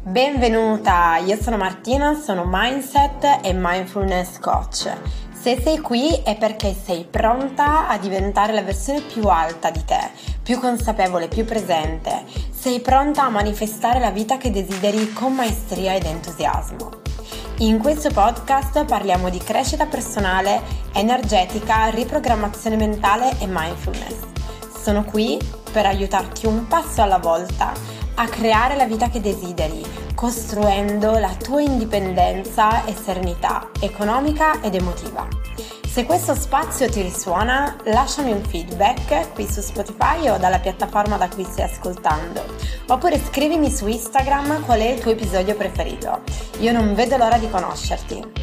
Benvenuta, io sono Martina, sono Mindset e Mindfulness Coach. Se sei qui è perché sei pronta a diventare la versione più alta di te, più consapevole, più presente. Sei pronta a manifestare la vita che desideri con maestria ed entusiasmo. In questo podcast parliamo di crescita personale, energetica, riprogrammazione mentale e mindfulness. Sono qui per aiutarti un passo alla volta a creare la vita che desideri, costruendo la tua indipendenza e serenità economica ed emotiva. Se questo spazio ti risuona, lasciami un feedback qui su Spotify o dalla piattaforma da cui stai ascoltando, oppure scrivimi su Instagram qual è il tuo episodio preferito. Io non vedo l'ora di conoscerti.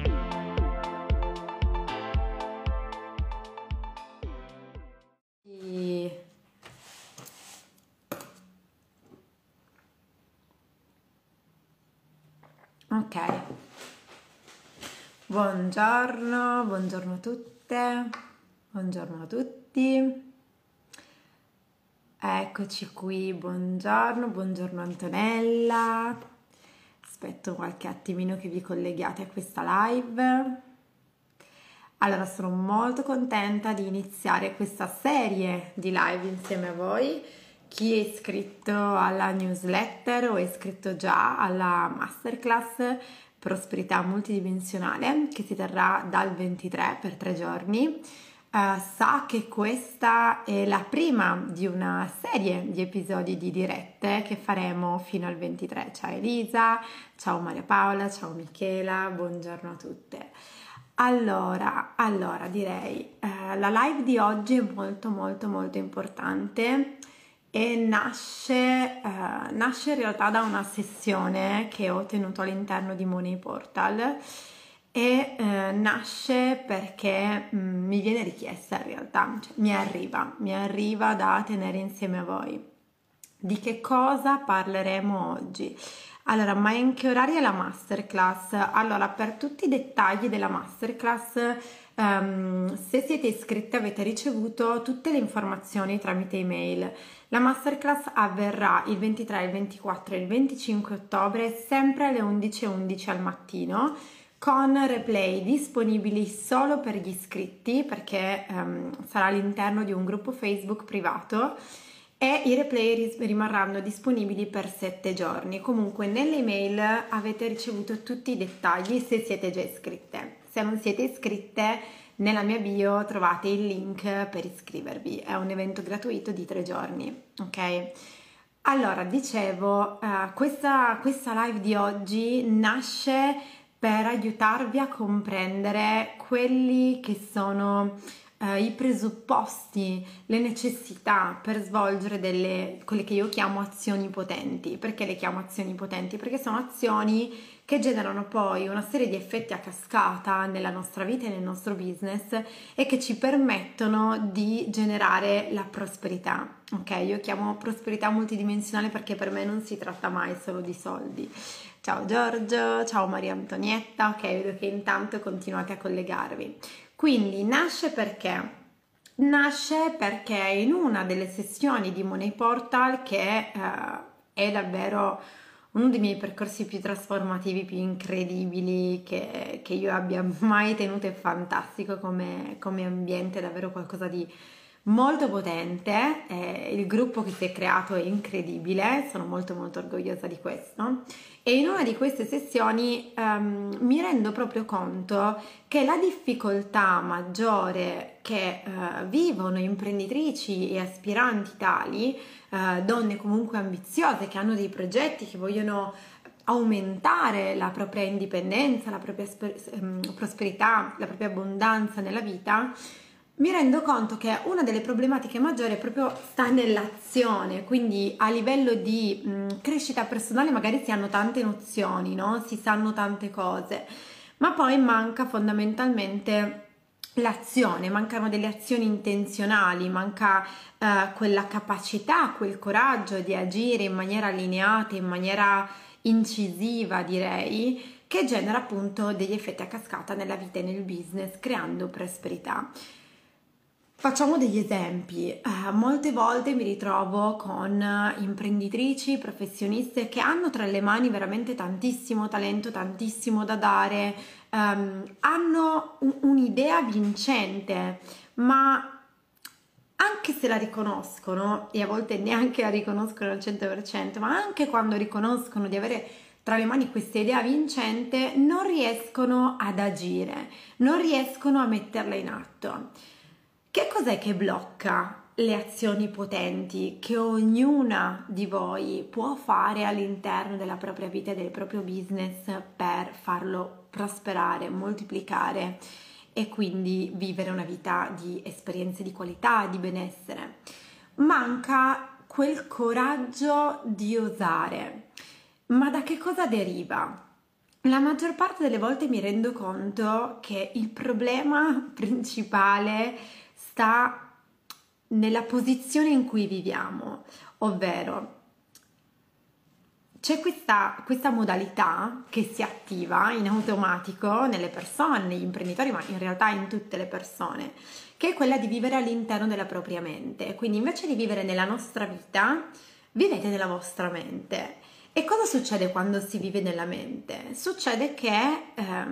Ok, buongiorno a tutte, buongiorno a tutti, eccoci qui, buongiorno Antonella, aspetto qualche attimino che vi colleghiate a questa live. Allora, sono molto contenta di iniziare questa serie di live insieme a voi. Chi è iscritto alla newsletter o è iscritto già alla masterclass Prosperità Multidimensionale che si terrà dal 23 per 3 giorni, sa che questa è la prima di una serie di episodi di dirette che faremo fino al 23. Ciao Elisa, ciao Maria Paola, ciao Michela, buongiorno a tutte. Allora direi la live di oggi è molto importante e nasce in realtà da una sessione che ho tenuto all'interno di Money Portal e nasce perché mi viene richiesta in realtà, cioè mi arriva da tenere insieme a voi. Di che cosa parleremo oggi? Allora, ma in che orario è la masterclass? Allora, per tutti i dettagli della masterclass, se siete iscritti avete ricevuto tutte le informazioni tramite email. La masterclass avverrà il 23, il 24 e il 25 ottobre, sempre alle 11:11 al mattino, con replay disponibili solo per gli iscritti, perché sarà all'interno di un gruppo Facebook privato, e i replay rimarranno disponibili per 7 giorni. Comunque nelle email avete ricevuto tutti i dettagli se siete già iscritte. Se non siete iscritte, nella mia bio trovate il link per iscrivervi. È un evento gratuito di 3 giorni, ok? Allora, dicevo, questa live di oggi nasce per aiutarvi a comprendere quelli che sono i presupposti, le necessità per svolgere quelle che io chiamo azioni potenti. Perché le chiamo azioni potenti? Perché sono azioni che generano poi una serie di effetti a cascata nella nostra vita e nel nostro business e che ci permettono di generare la prosperità. Ok, io chiamo prosperità multidimensionale perché per me non si tratta mai solo di soldi. Ciao Giorgio, ciao Maria Antonietta, ok, vedo che intanto continuate a collegarvi. Quindi nasce perché in una delle sessioni di Money Portal, che è davvero uno dei miei percorsi più trasformativi, più incredibili che io abbia mai tenuto, è fantastico come ambiente, è davvero qualcosa di molto potente, il gruppo che si è creato è incredibile, sono molto orgogliosa di questo. E in una di queste sessioni mi rendo proprio conto che la difficoltà maggiore che vivono imprenditrici e aspiranti tali, donne comunque ambiziose che hanno dei progetti, che vogliono aumentare la propria indipendenza, la propria prosperità, la propria abbondanza nella vita, mi rendo conto che una delle problematiche maggiori proprio sta nell'azione. Quindi a livello di crescita personale magari si hanno tante nozioni, no? Si sanno tante cose, ma poi manca fondamentalmente l'azione, mancano delle azioni intenzionali, manca quella capacità, quel coraggio di agire in maniera allineata, in maniera incisiva, direi, che genera appunto degli effetti a cascata nella vita e nel business, creando prosperità. Facciamo degli esempi. Molte volte mi ritrovo con imprenditrici, professioniste che hanno tra le mani veramente tantissimo talento, tantissimo da dare, hanno un'idea vincente, ma anche se la riconoscono, e a volte neanche la riconoscono al 100%, ma anche quando riconoscono di avere tra le mani questa idea vincente, non riescono ad agire, non riescono a metterla in atto. Che cos'è che blocca le azioni potenti che ognuna di voi può fare all'interno della propria vita e del proprio business per farlo prosperare, moltiplicare e quindi vivere una vita di esperienze di qualità, di benessere? Manca quel coraggio di osare. Ma da che cosa deriva? La maggior parte delle volte mi rendo conto che il problema principale sta nella posizione in cui viviamo, ovvero c'è questa modalità che si attiva in automatico nelle persone, negli imprenditori, ma in realtà in tutte le persone, che è quella di vivere all'interno della propria mente. Quindi invece di vivere nella nostra vita, vivete nella vostra mente. E cosa succede quando si vive nella mente? Succede che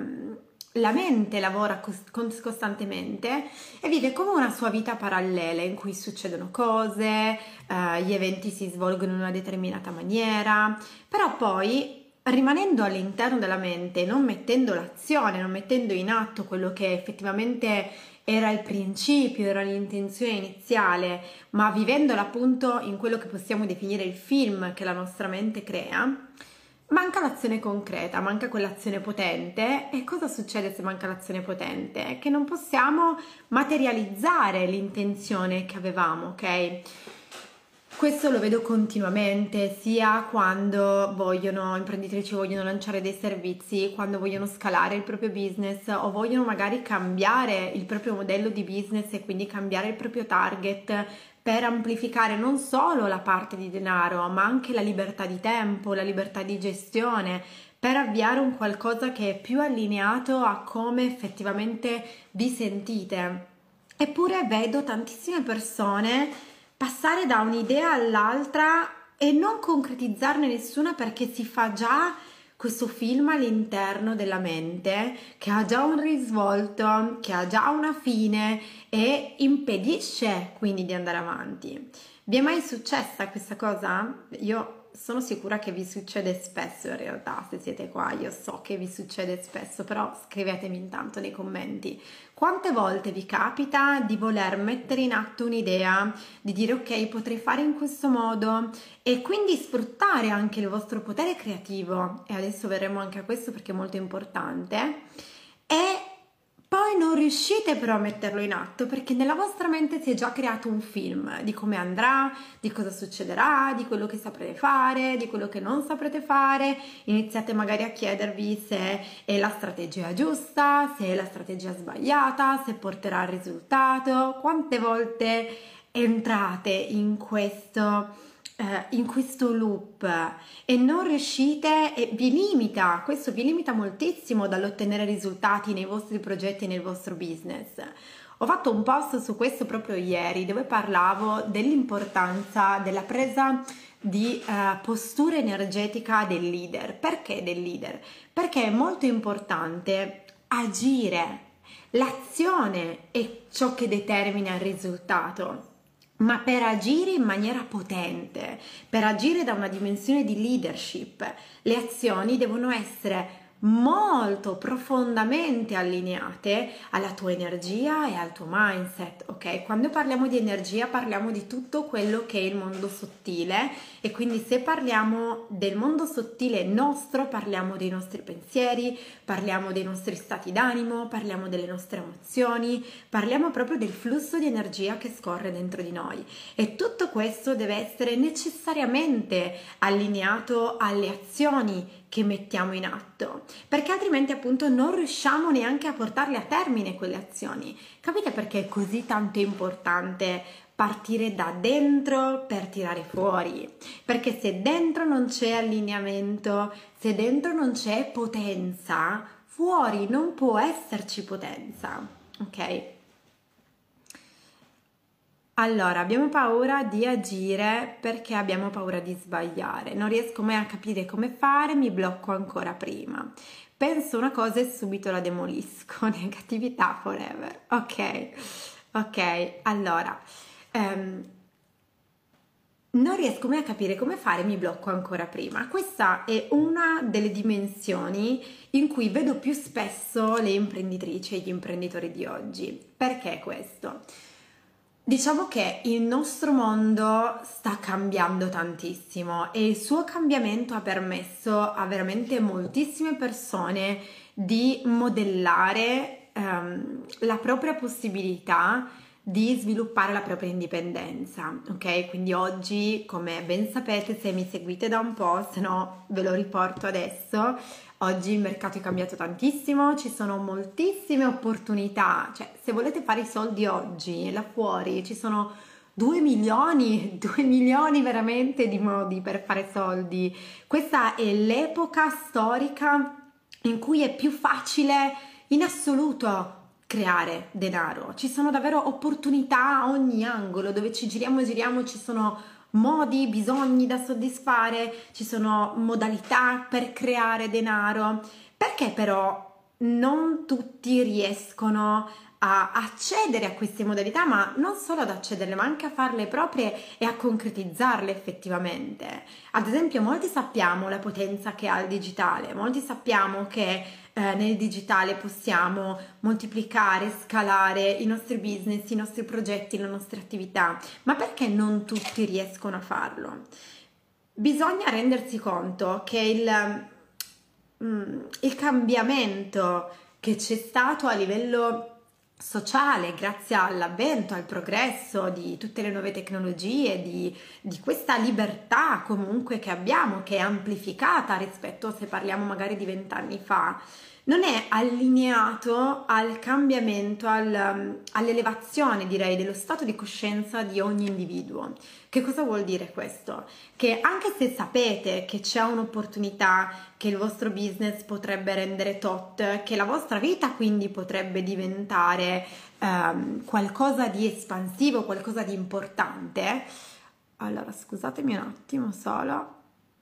la mente lavora costantemente e vive come una sua vita parallela in cui succedono cose, gli eventi si svolgono in una determinata maniera, però poi rimanendo all'interno della mente, non mettendo l'azione, non mettendo in atto quello che effettivamente era il principio, era l'intenzione iniziale, ma vivendola appunto in quello che possiamo definire il film che la nostra mente crea, manca l'azione concreta, manca quell'azione potente. E cosa succede se manca l'azione potente? Che non possiamo materializzare l'intenzione che avevamo, ok? Questo lo vedo continuamente, sia quando imprenditrici vogliono lanciare dei servizi, quando vogliono scalare il proprio business o vogliono magari cambiare il proprio modello di business e quindi cambiare il proprio target per amplificare non solo la parte di denaro, ma anche la libertà di tempo, la libertà di gestione, per avviare un qualcosa che è più allineato a come effettivamente vi sentite. Eppure vedo tantissime persone passare da un'idea all'altra e non concretizzarne nessuna perché si fa già questo film all'interno della mente che ha già un risvolto, che ha già una fine e impedisce quindi di andare avanti. Vi è mai successa questa cosa? Io sono sicura che vi succede spesso in realtà, se siete qua, io so che vi succede spesso, però scrivetemi intanto nei commenti. Quante volte vi capita di voler mettere in atto un'idea, di dire ok, potrei fare in questo modo e quindi sfruttare anche il vostro potere creativo, e adesso verremo anche a questo perché è molto importante, e poi non riuscite però a metterlo in atto perché nella vostra mente si è già creato un film di come andrà, di cosa succederà, di quello che saprete fare, di quello che non saprete fare. Iniziate magari a chiedervi se è la strategia giusta, se è la strategia sbagliata, se porterà al risultato. Quante volte entrate in questo loop e non riuscite, e questo vi limita moltissimo dall'ottenere risultati nei vostri progetti e nel vostro business. Ho fatto un post su questo proprio ieri dove parlavo dell'importanza della presa di postura energetica del leader. Perché del leader? Perché è molto importante agire. L'azione è ciò che determina il risultato. Ma per agire in maniera potente, per agire da una dimensione di leadership, le azioni devono essere molto profondamente allineate alla tua energia e al tuo mindset, ok? Quando parliamo di energia parliamo di tutto quello che è il mondo sottile, e quindi se parliamo del mondo sottile nostro parliamo dei nostri pensieri, parliamo dei nostri stati d'animo, parliamo delle nostre emozioni, parliamo proprio del flusso di energia che scorre dentro di noi, e tutto questo deve essere necessariamente allineato alle azioni che mettiamo in atto, perché altrimenti appunto non riusciamo neanche a portarle a termine quelle azioni. Capite perché è così tanto importante partire da dentro per tirare fuori? Perché se dentro non c'è allineamento, se dentro non c'è potenza, fuori non può esserci potenza, ok? Allora, abbiamo paura di agire perché abbiamo paura di sbagliare. Non riesco mai a capire come fare, mi blocco ancora prima. Penso una cosa e subito la demolisco. Negatività forever. Ok. Allora, ehm, non riesco mai a capire come fare, mi blocco ancora prima. Questa è una delle dimensioni in cui vedo più spesso le imprenditrici e gli imprenditori di oggi. Perché questo? Diciamo che il nostro mondo sta cambiando tantissimo e il suo cambiamento ha permesso a veramente moltissime persone di modellare la propria possibilità di sviluppare la propria indipendenza, ok? Quindi oggi, come ben sapete, se mi seguite da un po', se no ve lo riporto adesso, oggi il mercato è cambiato tantissimo, ci sono moltissime opportunità, cioè se volete fare i soldi oggi, là fuori ci sono 2 milioni, 2 milioni veramente di modi per fare soldi. Questa è l'epoca storica in cui è più facile in assoluto creare denaro. Ci sono davvero opportunità a ogni angolo, dove ci giriamo e giriamo ci sono modi, bisogni da soddisfare, ci sono modalità per creare denaro. Perché però non tutti riescono a accedere a queste modalità, ma non solo ad accederle, ma anche a farle proprie e a concretizzarle effettivamente? Ad esempio, molti sappiamo la potenza che ha il digitale, molti sappiamo che nel digitale possiamo moltiplicare, scalare i nostri business, i nostri progetti, le nostre attività, ma perché non tutti riescono a farlo? Bisogna rendersi conto che il cambiamento che c'è stato a livello sociale grazie all'avvento, al progresso di tutte le nuove tecnologie, di questa libertà comunque che abbiamo, che è amplificata rispetto a se parliamo magari di 20 anni fa, non è allineato al cambiamento, all'elevazione, direi, dello stato di coscienza di ogni individuo. Che cosa vuol dire questo? Che anche se sapete che c'è un'opportunità, che il vostro business potrebbe rendere tot, che la vostra vita quindi potrebbe diventare qualcosa di espansivo, qualcosa di importante. Allora, scusatemi un attimo solo.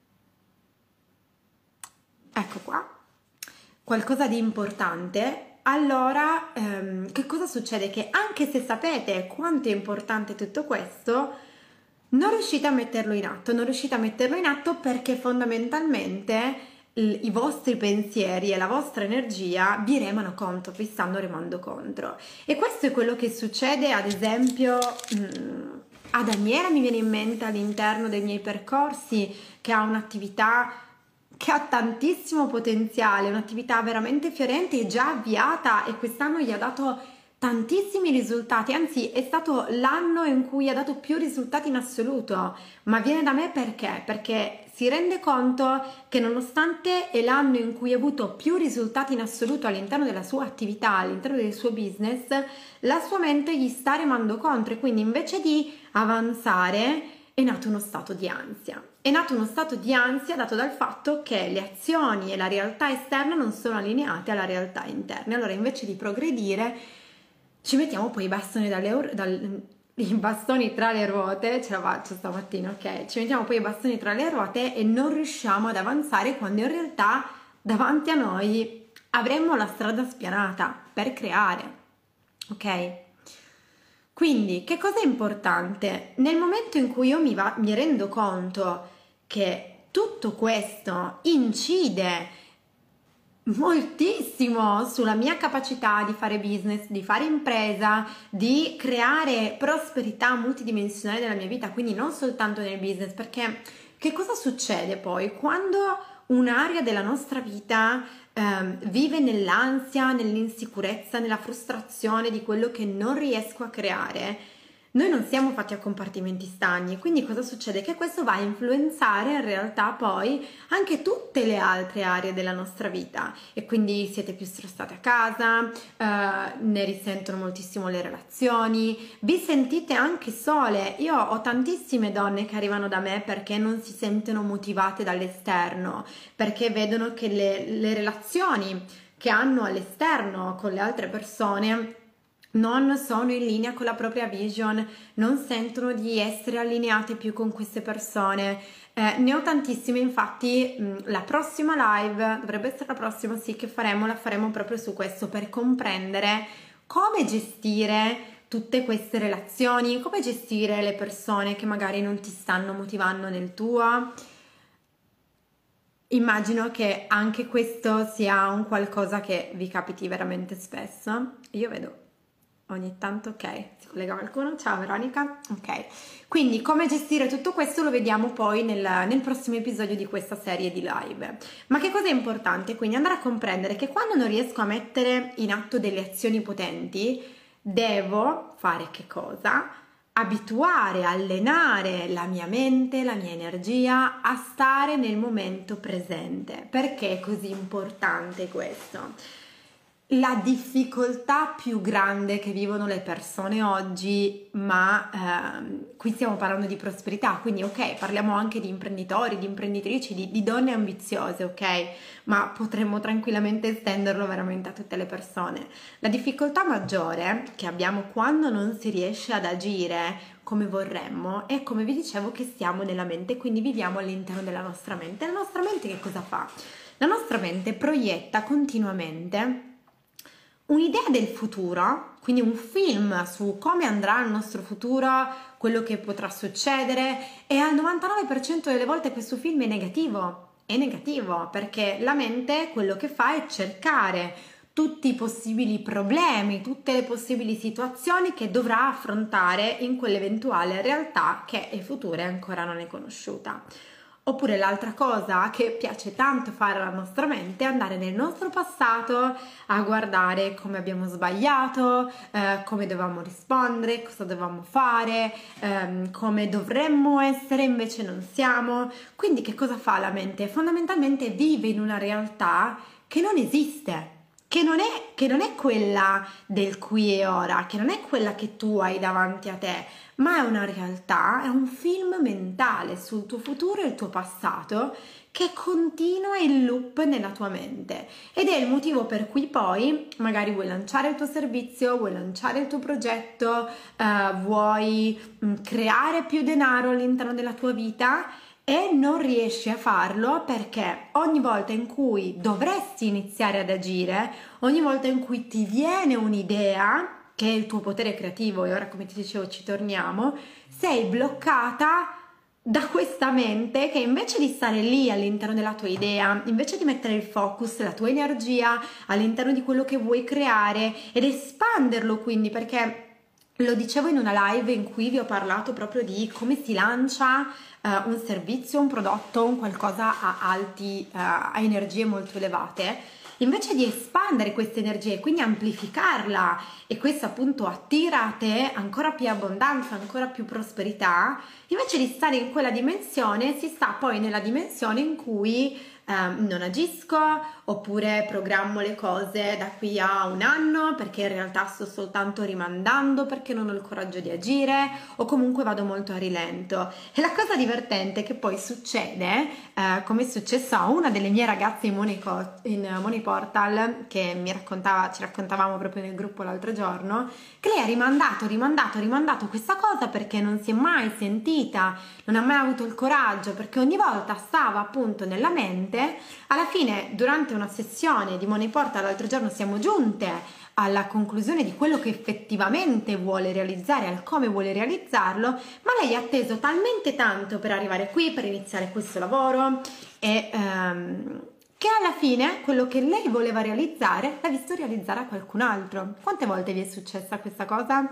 Ecco qua. Qualcosa di importante, allora che cosa succede? Che anche se sapete quanto è importante tutto questo, non riuscite a metterlo in atto, perché fondamentalmente i vostri pensieri e la vostra energia vi remano contro, vi stanno remando contro. E questo è quello che succede, ad esempio, a Daniela, mi viene in mente all'interno dei miei percorsi, che ha un'attività che ha tantissimo potenziale, un'attività veramente fiorente e già avviata, e quest'anno gli ha dato tantissimi risultati, anzi è stato l'anno in cui ha dato più risultati in assoluto, ma viene da me perché? Perché si rende conto che nonostante è l'anno in cui ha avuto più risultati in assoluto all'interno della sua attività, all'interno del suo business, la sua mente gli sta remando contro, e quindi invece di avanzare è nato uno stato di ansia. È nato uno stato di ansia dato dal fatto che le azioni e la realtà esterna non sono allineate alla realtà interna. Allora, invece di progredire, ci mettiamo poi i bastoni, i bastoni tra le ruote, ce la faccio stamattina, ok? Ci mettiamo poi i bastoni tra le ruote e non riusciamo ad avanzare, quando in realtà davanti a noi avremmo la strada spianata per creare, ok? Quindi, che cosa è importante? Nel momento in cui io mi rendo conto che tutto questo incide moltissimo sulla mia capacità di fare business, di fare impresa, di creare prosperità multidimensionale nella mia vita, quindi non soltanto nel business, perché che cosa succede poi quando un'area della nostra vita vive nell'ansia, nell'insicurezza, nella frustrazione di quello che non riesco a creare? Noi non siamo fatti a compartimenti stagni, quindi cosa succede? Che questo va a influenzare in realtà poi anche tutte le altre aree della nostra vita, e quindi siete più stressate a casa, ne risentono moltissimo le relazioni, vi sentite anche sole. Io ho tantissime donne che arrivano da me perché non si sentono motivate dall'esterno, perché vedono che le relazioni che hanno all'esterno con le altre persone non sono in linea con la propria vision, non sentono di essere allineate più con queste persone. Ne ho tantissime, infatti la prossima live, dovrebbe essere la prossima, sì, che faremo, la faremo proprio su questo, per comprendere come gestire tutte queste relazioni, come gestire le persone che magari non ti stanno motivando nel tuo. Immagino che anche questo sia un qualcosa che vi capiti veramente spesso. Io vedo ogni tanto, ok, si collega qualcuno, ciao Veronica, ok. Quindi come gestire tutto questo lo vediamo poi nel prossimo episodio di questa serie di live. Ma che cosa è importante? Quindi andare a comprendere che quando non riesco a mettere in atto delle azioni potenti, devo fare che cosa? Abituare, allenare la mia mente, la mia energia a stare nel momento presente. Perché è così importante questo? La difficoltà più grande che vivono le persone oggi, ma qui stiamo parlando di prosperità, quindi ok, parliamo anche di imprenditori, di imprenditrici, di donne ambiziose, ok? Ma potremmo tranquillamente estenderlo veramente a tutte le persone. La difficoltà maggiore che abbiamo quando non si riesce ad agire come vorremmo è, come vi dicevo, che stiamo nella mente, quindi viviamo all'interno della nostra mente. La nostra mente che cosa fa? La nostra mente proietta continuamente un'idea del futuro, quindi un film su come andrà il nostro futuro, quello che potrà succedere, e al 99% delle volte questo film è negativo. È negativo perché la mente quello che fa è cercare tutti i possibili problemi, tutte le possibili situazioni che dovrà affrontare in quell'eventuale realtà che è futura e ancora non è conosciuta. Oppure l'altra cosa che piace tanto fare alla nostra mente è andare nel nostro passato a guardare come abbiamo sbagliato, come dovevamo rispondere, cosa dovevamo fare, come dovremmo essere, invece non siamo. Quindi che cosa fa la mente? Fondamentalmente vive in una realtà che non esiste. Che non è quella del qui e ora, che non è quella che tu hai davanti a te, ma è una realtà, è un film mentale sul tuo futuro e il tuo passato che continua in loop nella tua mente, ed è il motivo per cui poi magari vuoi lanciare il tuo servizio, vuoi lanciare il tuo progetto, vuoi creare più denaro all'interno della tua vita e non riesci a farlo perché ogni volta in cui dovresti iniziare ad agire, ogni volta in cui ti viene un'idea, che è il tuo potere creativo, e ora come ti dicevo ci torniamo, sei bloccata da questa mente che invece di stare lì all'interno della tua idea, invece di mettere il focus, la tua energia all'interno di quello che vuoi creare ed espanderlo, quindi, perché lo dicevo in una live in cui vi ho parlato proprio di come si lancia un servizio, un prodotto, un qualcosa a energie molto elevate. Invece di espandere queste energie, quindi amplificarla, e questo appunto attira a te ancora più abbondanza, ancora più prosperità, invece di stare in quella dimensione si sta poi nella dimensione in cui non agisco, oppure programmo le cose da qui a un anno perché in realtà sto soltanto rimandando perché non ho il coraggio di agire, o comunque vado molto a rilento. E la cosa divertente che poi succede, come è successo a una delle mie ragazze in Money Portal, che ci raccontavamo proprio nel gruppo l'altro giorno, che lei ha rimandato questa cosa perché non si è mai sentita, non ha mai avuto il coraggio, perché ogni volta stava appunto nella mente. Alla fine, durante una sessione di Money Portal l'altro giorno, siamo giunte alla conclusione di quello che effettivamente vuole realizzare, al come vuole realizzarlo, ma lei ha atteso talmente tanto per arrivare qui, per iniziare questo lavoro, e che alla fine quello che lei voleva realizzare l'ha visto realizzare a qualcun altro. Quante volte vi è successa questa cosa?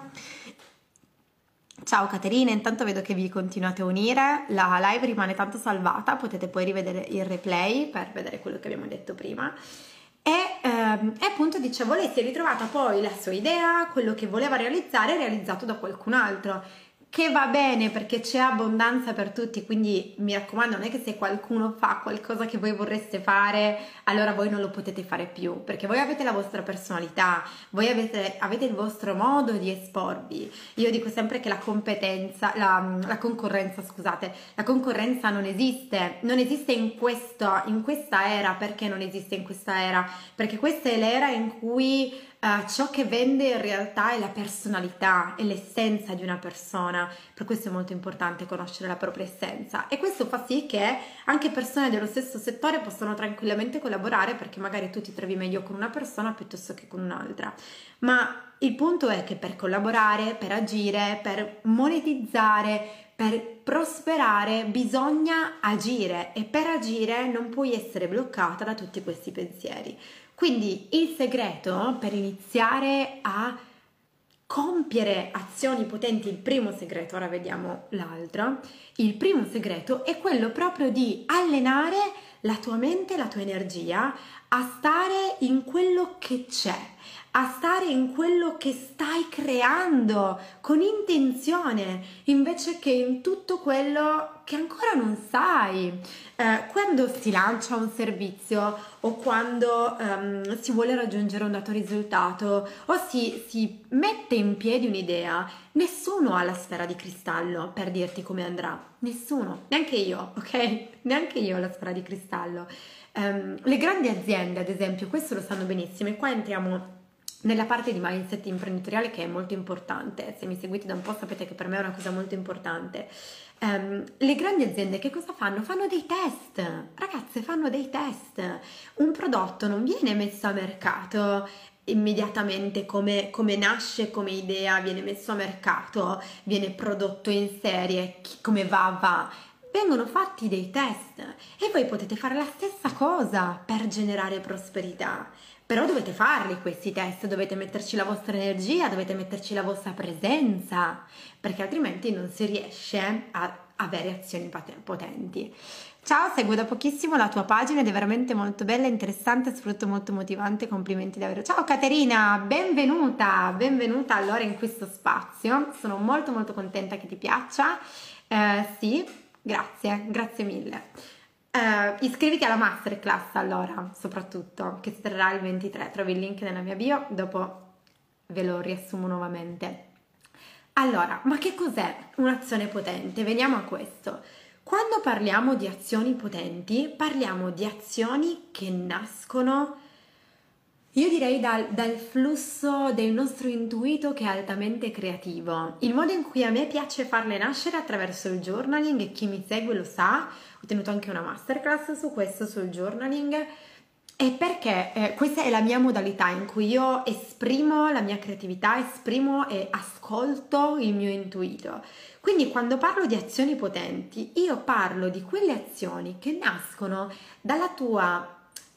Ciao Caterina, intanto vedo che vi continuate a unire, la live rimane tanto salvata, potete poi rivedere il replay per vedere quello che abbiamo detto prima. E appunto dicevo, lei si è ritrovata poi la sua idea, quello che voleva realizzare, realizzato da qualcun altro, che va bene perché c'è abbondanza per tutti, quindi mi raccomando, non è che se qualcuno fa qualcosa che voi vorreste fare, allora voi non lo potete fare più, perché voi avete la vostra personalità, voi avete il vostro modo di esporvi. Io dico sempre che la concorrenza non esiste in questa era. Perché non esiste in questa era? Perché questa è l'era in cui ciò che vende in realtà è la personalità, è l'essenza di una persona, per questo è molto importante conoscere la propria essenza, e questo fa sì che anche persone dello stesso settore possono tranquillamente collaborare, perché magari tu ti trovi meglio con una persona piuttosto che con un'altra, ma il punto è che per collaborare, per agire, per monetizzare, per prosperare bisogna agire, e per agire non puoi essere bloccata da tutti questi pensieri. Quindi il segreto per iniziare a compiere azioni potenti, il primo segreto, ora vediamo l'altro, il primo segreto è quello proprio di allenare la tua mente, la tua energia a stare in quello che c'è, a stare in quello che stai creando con intenzione, invece che in tutto quello che ancora non sai. Quando si lancia un servizio, o quando si vuole raggiungere un dato risultato, o si mette in piedi un'idea, nessuno ha la sfera di cristallo per dirti come andrà, nessuno, neanche io, ok? Neanche io ho la sfera di cristallo. Le grandi aziende, ad esempio, questo lo sanno benissimo, e qua entriamo nella parte di mindset imprenditoriale, che è molto importante. Se mi seguite da un po' sapete che per me è una cosa molto importante. Le grandi aziende che cosa fanno? Fanno dei test, ragazze, fanno dei test. Un prodotto non viene messo a mercato immediatamente come nasce come idea, viene messo a mercato, viene prodotto in serie, come va. Vengono fatti dei test, e voi potete fare la stessa cosa per generare prosperità. Però dovete farli questi test, dovete metterci la vostra energia, dovete metterci la vostra presenza, perché altrimenti non si riesce a avere azioni potenti. Ciao, seguo da pochissimo la tua pagina ed è veramente molto bella, interessante e soprattutto molto motivante, complimenti davvero. Ciao Caterina, benvenuta allora in questo spazio, sono molto contenta che ti piaccia. Sì, grazie mille. Iscriviti alla masterclass allora, soprattutto, che si terrà il 23, trovi il link nella mia bio, dopo ve lo riassumo nuovamente. Allora, ma che cos'è un'azione potente? Veniamo a questo. Quando parliamo di azioni potenti, parliamo di azioni che nascono, io direi dal flusso del nostro intuito, che è altamente creativo. Il modo in cui a me piace farle nascere attraverso il journaling, e chi mi segue lo sa, ho tenuto anche una masterclass su questo, sul journaling, è perché questa è la mia modalità in cui io esprimo la mia creatività, esprimo e ascolto il mio intuito. Quindi quando parlo di azioni potenti, io parlo di quelle azioni che nascono dalla tua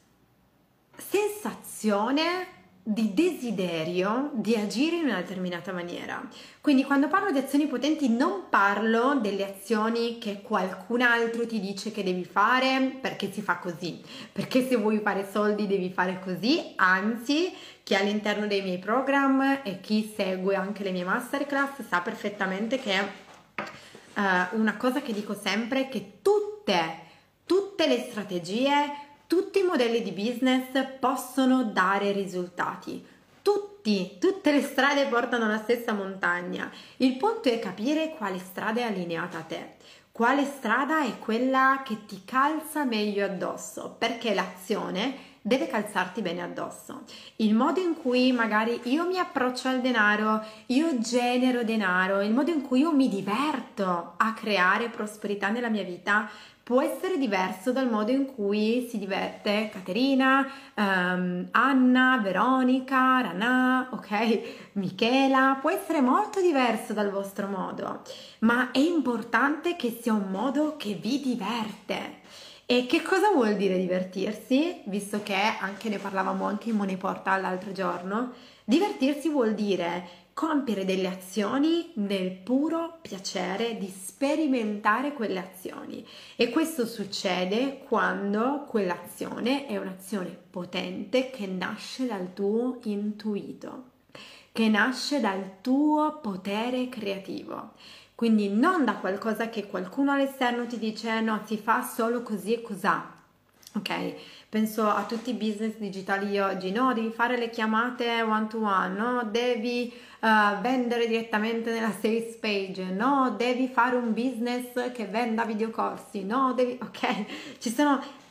sensazione di desiderio di agire in una determinata maniera. Quindi quando parlo di azioni potenti non parlo delle azioni che qualcun altro ti dice che devi fare perché si fa così, perché se vuoi fare soldi devi fare così. Anzi, chi è all'interno dei miei program e chi segue anche le mie masterclass sa perfettamente che una cosa che dico sempre è che tutte le strategie, tutti i modelli di business possono dare risultati. Tutte le strade portano alla stessa montagna. Il punto è capire quale strada è allineata a te, quale strada è quella che ti calza meglio addosso, perché l'azione deve calzarti bene addosso. Il modo in cui magari io mi approccio al denaro, io genero denaro, il modo in cui io mi diverto a creare prosperità nella mia vita può essere diverso dal modo in cui si diverte Caterina, Anna, Veronica, Rana, ok? Michela, può essere molto diverso dal vostro modo, ma è importante che sia un modo che vi diverte. E che cosa vuol dire divertirsi? Visto che anche ne parlavamo anche in Money Portal l'altro giorno, divertirsi vuol dire compiere delle azioni nel puro piacere di sperimentare quelle azioni, e questo succede quando quell'azione è un'azione potente che nasce dal tuo intuito, che nasce dal tuo potere creativo. Quindi non da qualcosa che qualcuno all'esterno ti dice no, si fa solo così e cos'ha. Ok, penso a tutti i business digitali di oggi, no, devi fare le chiamate one to one, no, devi vendere direttamente nella sales page, no, devi fare un business che venda videocorsi, no, devi, ok, ci sono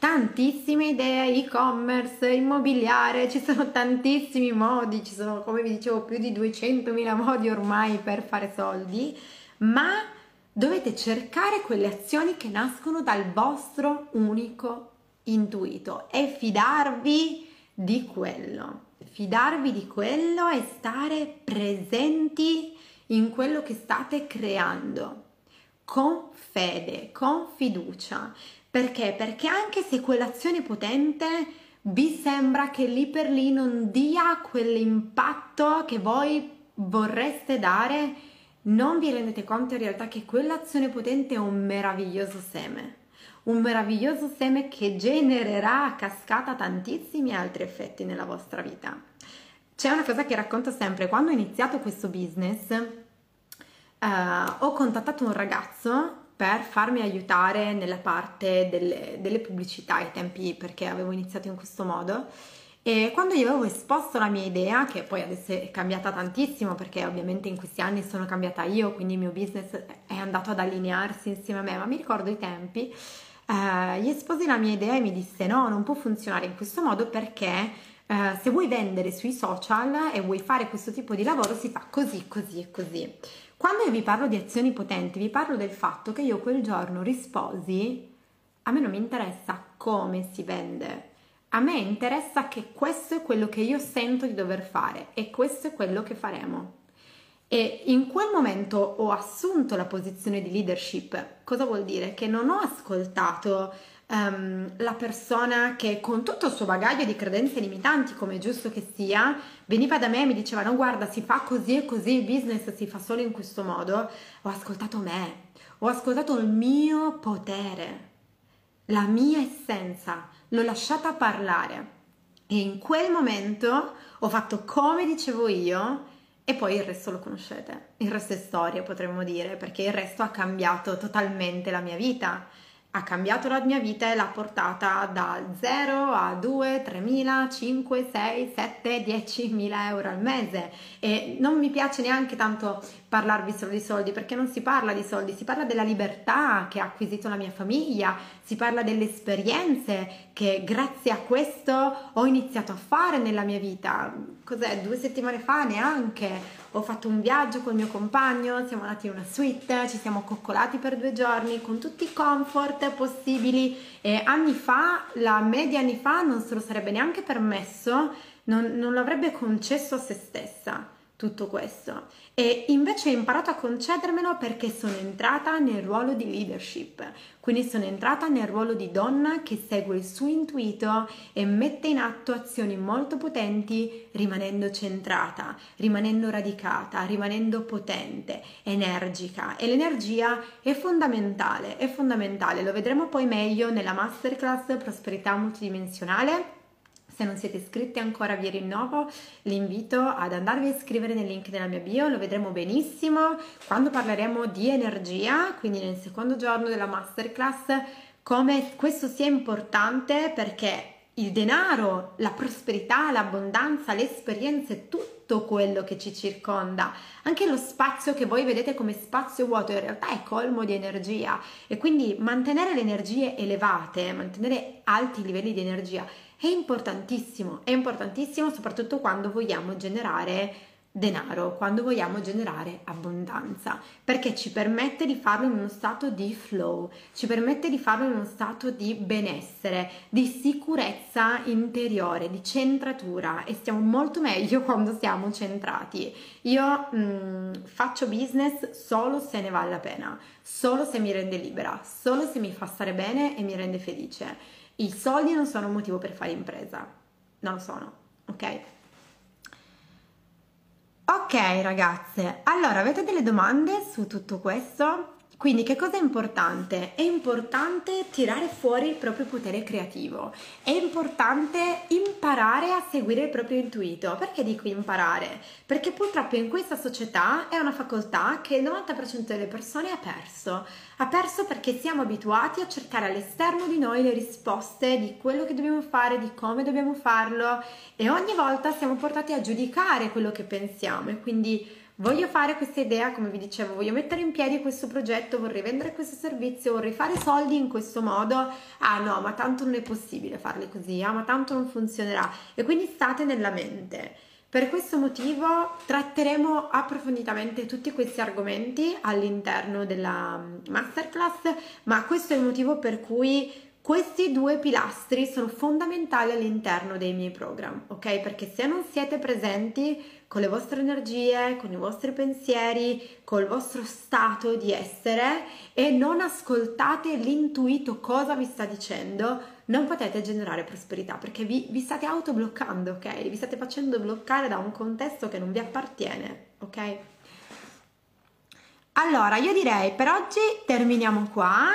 tantissime idee, e-commerce, immobiliare, ci sono tantissimi modi, ci sono, come vi dicevo, più di 200.000 modi ormai per fare soldi, ma dovete cercare quelle azioni che nascono dal vostro unico intuito e fidarvi di quello. Fidarvi di quello e stare presenti in quello che state creando, con fede, con fiducia. Perché? Perché anche se quell'azione potente vi sembra che lì per lì non dia quell'impatto che voi vorreste dare, non vi rendete conto in realtà che quell'azione potente è un meraviglioso seme che genererà a cascata tantissimi altri effetti nella vostra vita. C'è una cosa che racconto sempre: quando ho iniziato questo business ho contattato un ragazzo per farmi aiutare nella parte delle pubblicità ai tempi, perché avevo iniziato in questo modo, e quando gli avevo esposto la mia idea, che poi adesso è cambiata tantissimo perché ovviamente in questi anni sono cambiata io, quindi il mio business è andato ad allinearsi insieme a me, ma mi ricordo i tempi, gli esposi la mia idea e mi disse: no, non può funzionare in questo modo perché se vuoi vendere sui social e vuoi fare questo tipo di lavoro si fa così, così e così. Quando io vi parlo di azioni potenti, vi parlo del fatto che io quel giorno risposi: a me non mi interessa come si vende, a me interessa che questo è quello che io sento di dover fare e questo è quello che faremo. E in quel momento ho assunto la posizione di leadership. Cosa vuol dire? Che non ho ascoltato la persona che, con tutto il suo bagaglio di credenze limitanti, come è giusto che sia, veniva da me e mi diceva: no, guarda, si fa così e così, il business si fa solo in questo modo. Ho ascoltato me, ho ascoltato il mio potere, la mia essenza, l'ho lasciata parlare e in quel momento ho fatto come dicevo io. E poi il resto lo conoscete, il resto è storia, potremmo dire, perché il resto ha cambiato totalmente la mia vita. Ha cambiato la mia vita e l'ha portata da 0 a 2, 3.000, 5, 6, 7, 10.000 euro al mese. E non mi piace neanche tanto parlarvi solo di soldi, perché non si parla di soldi, si parla della libertà che ha acquisito la mia famiglia, si parla delle esperienze che grazie a questo ho iniziato a fare nella mia vita. Cos'è? 2 settimane fa neanche ho fatto un viaggio col mio compagno, siamo andati in una suite, ci siamo coccolati per 2 giorni con tutti i comfort possibili, e anni fa, la media anni fa, non se lo sarebbe neanche permesso, non l'avrebbe concesso a se stessa tutto questo, e invece ho imparato a concedermelo perché sono entrata nel ruolo di leadership, quindi sono entrata nel ruolo di donna che segue il suo intuito e mette in atto azioni molto potenti, rimanendo centrata, rimanendo radicata, rimanendo potente, energica. E l'energia è fondamentale, lo vedremo poi meglio nella masterclass Prosperità Multidimensionale. Se non siete iscritti ancora, vi rinnovo l'invito ad andarvi a iscrivere nel link della mia bio, lo vedremo benissimo quando parleremo di energia, quindi nel secondo giorno della masterclass, come questo sia importante, perché il denaro, la prosperità, l'abbondanza, le esperienze, tutto quello che ci circonda, anche lo spazio che voi vedete come spazio vuoto, in realtà è colmo di energia, e quindi mantenere le energie elevate, mantenere alti livelli di energia è importantissimo soprattutto quando vogliamo generare denaro, quando vogliamo generare abbondanza, perché ci permette di farlo in uno stato di flow, ci permette di farlo in uno stato di benessere, di sicurezza interiore, di centratura, e stiamo molto meglio quando siamo centrati. Io faccio business solo se ne vale la pena, solo se mi rende libera, solo se mi fa stare bene e mi rende felice. I soldi non sono un motivo per fare impresa, non lo sono, ok? Ok ragazze, allora avete delle domande su tutto questo? Quindi che cosa è importante? È importante tirare fuori il proprio potere creativo, è importante imparare a seguire il proprio intuito. Perché dico imparare? Perché purtroppo in questa società è una facoltà che il 90% delle persone ha perso perché siamo abituati a cercare all'esterno di noi le risposte di quello che dobbiamo fare, di come dobbiamo farlo, e ogni volta siamo portati a giudicare quello che pensiamo, e quindi voglio fare questa idea, come vi dicevo, voglio mettere in piedi questo progetto, vorrei vendere questo servizio, vorrei fare soldi in questo modo. Ah no, ma tanto non è possibile farli così, ah ma tanto non funzionerà. E quindi state nella mente. Per questo motivo tratteremo approfonditamente tutti questi argomenti all'interno della masterclass, ma questo è il motivo per cui questi due pilastri sono fondamentali all'interno dei miei program, ok? Perché se non siete presenti con le vostre energie, con i vostri pensieri, col vostro stato di essere e non ascoltate l'intuito cosa vi sta dicendo, non potete generare prosperità perché vi state autobloccando, ok? Vi state facendo bloccare da un contesto che non vi appartiene, ok? Allora, io direi per oggi terminiamo qua.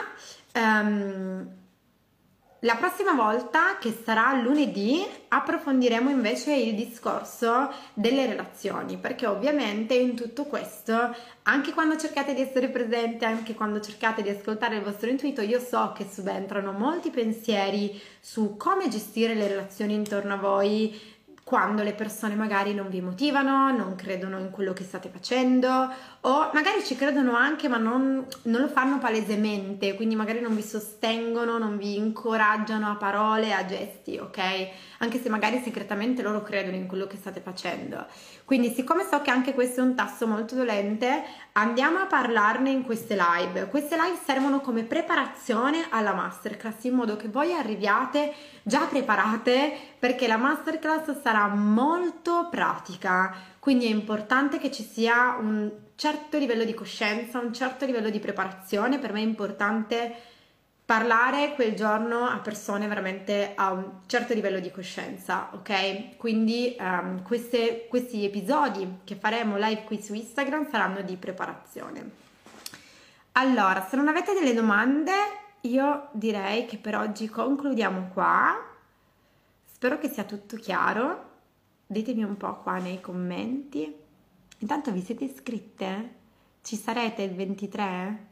La prossima volta, che sarà lunedì, approfondiremo invece il discorso delle relazioni, perché ovviamente in tutto questo, anche quando cercate di essere presente, anche quando cercate di ascoltare il vostro intuito, io so che subentrano molti pensieri su come gestire le relazioni intorno a voi, quando le persone magari non vi motivano, non credono in quello che state facendo o magari ci credono anche ma non lo fanno palesemente, quindi magari non vi sostengono, non vi incoraggiano a parole, a gesti, ok? Anche se magari segretamente loro credono in quello che state facendo. Quindi siccome so che anche questo è un tasto molto dolente, andiamo a parlarne in queste live. Queste live servono come preparazione alla masterclass in modo che voi arriviate già preparate perché la masterclass sarà molto pratica, quindi è importante che ci sia un certo livello di coscienza, un certo livello di preparazione. Per me è importante parlare quel giorno a persone veramente a un certo livello di coscienza, ok? Quindi questi episodi che faremo live qui su Instagram saranno di preparazione. Allora, se non avete delle domande, io direi che per oggi concludiamo qua. Spero che sia tutto chiaro. Ditemi un po' qua nei commenti. Intanto vi siete iscritte? Ci sarete il 23?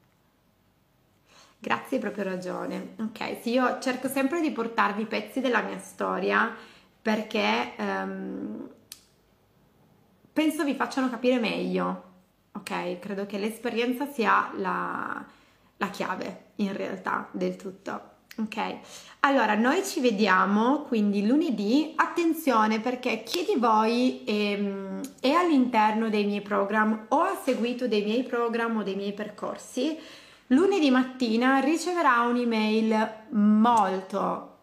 Grazie, hai proprio ragione. Ok, sì, io cerco sempre di portarvi pezzi della mia storia perché penso vi facciano capire meglio. Ok, credo che l'esperienza sia la chiave in realtà del tutto. Ok, allora noi ci vediamo quindi lunedì. Attenzione perché chi di voi è all'interno dei miei program o ha seguito dei miei program o dei miei percorsi, lunedì mattina riceverà un'email molto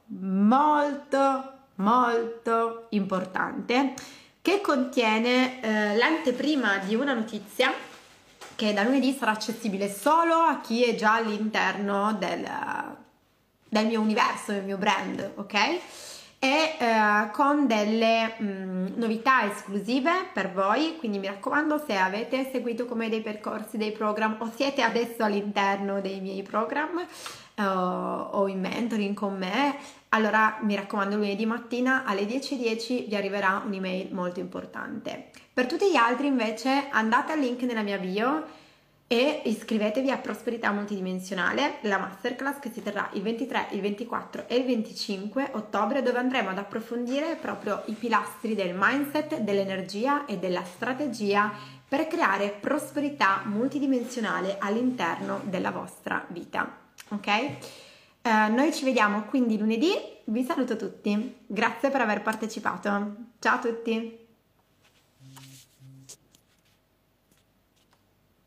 importante che contiene l'anteprima di una notizia che da lunedì sarà accessibile solo a chi è già all'interno del mio universo, del mio brand, ok? E con delle novità esclusive per voi, quindi mi raccomando, se avete seguito come dei percorsi, dei program o siete adesso all'interno dei miei program o in mentoring con me, allora mi raccomando lunedì mattina alle 10:10 vi arriverà un'email molto importante. Per tutti gli altri invece andate al link nella mia bio e iscrivetevi a Prosperità Multidimensionale, la masterclass che si terrà il 23, il 24 e il 25 ottobre, dove andremo ad approfondire proprio i pilastri del mindset, dell'energia e della strategia per creare prosperità multidimensionale all'interno della vostra vita. Ok? Noi ci vediamo quindi lunedì, vi saluto tutti, grazie per aver partecipato, ciao a tutti!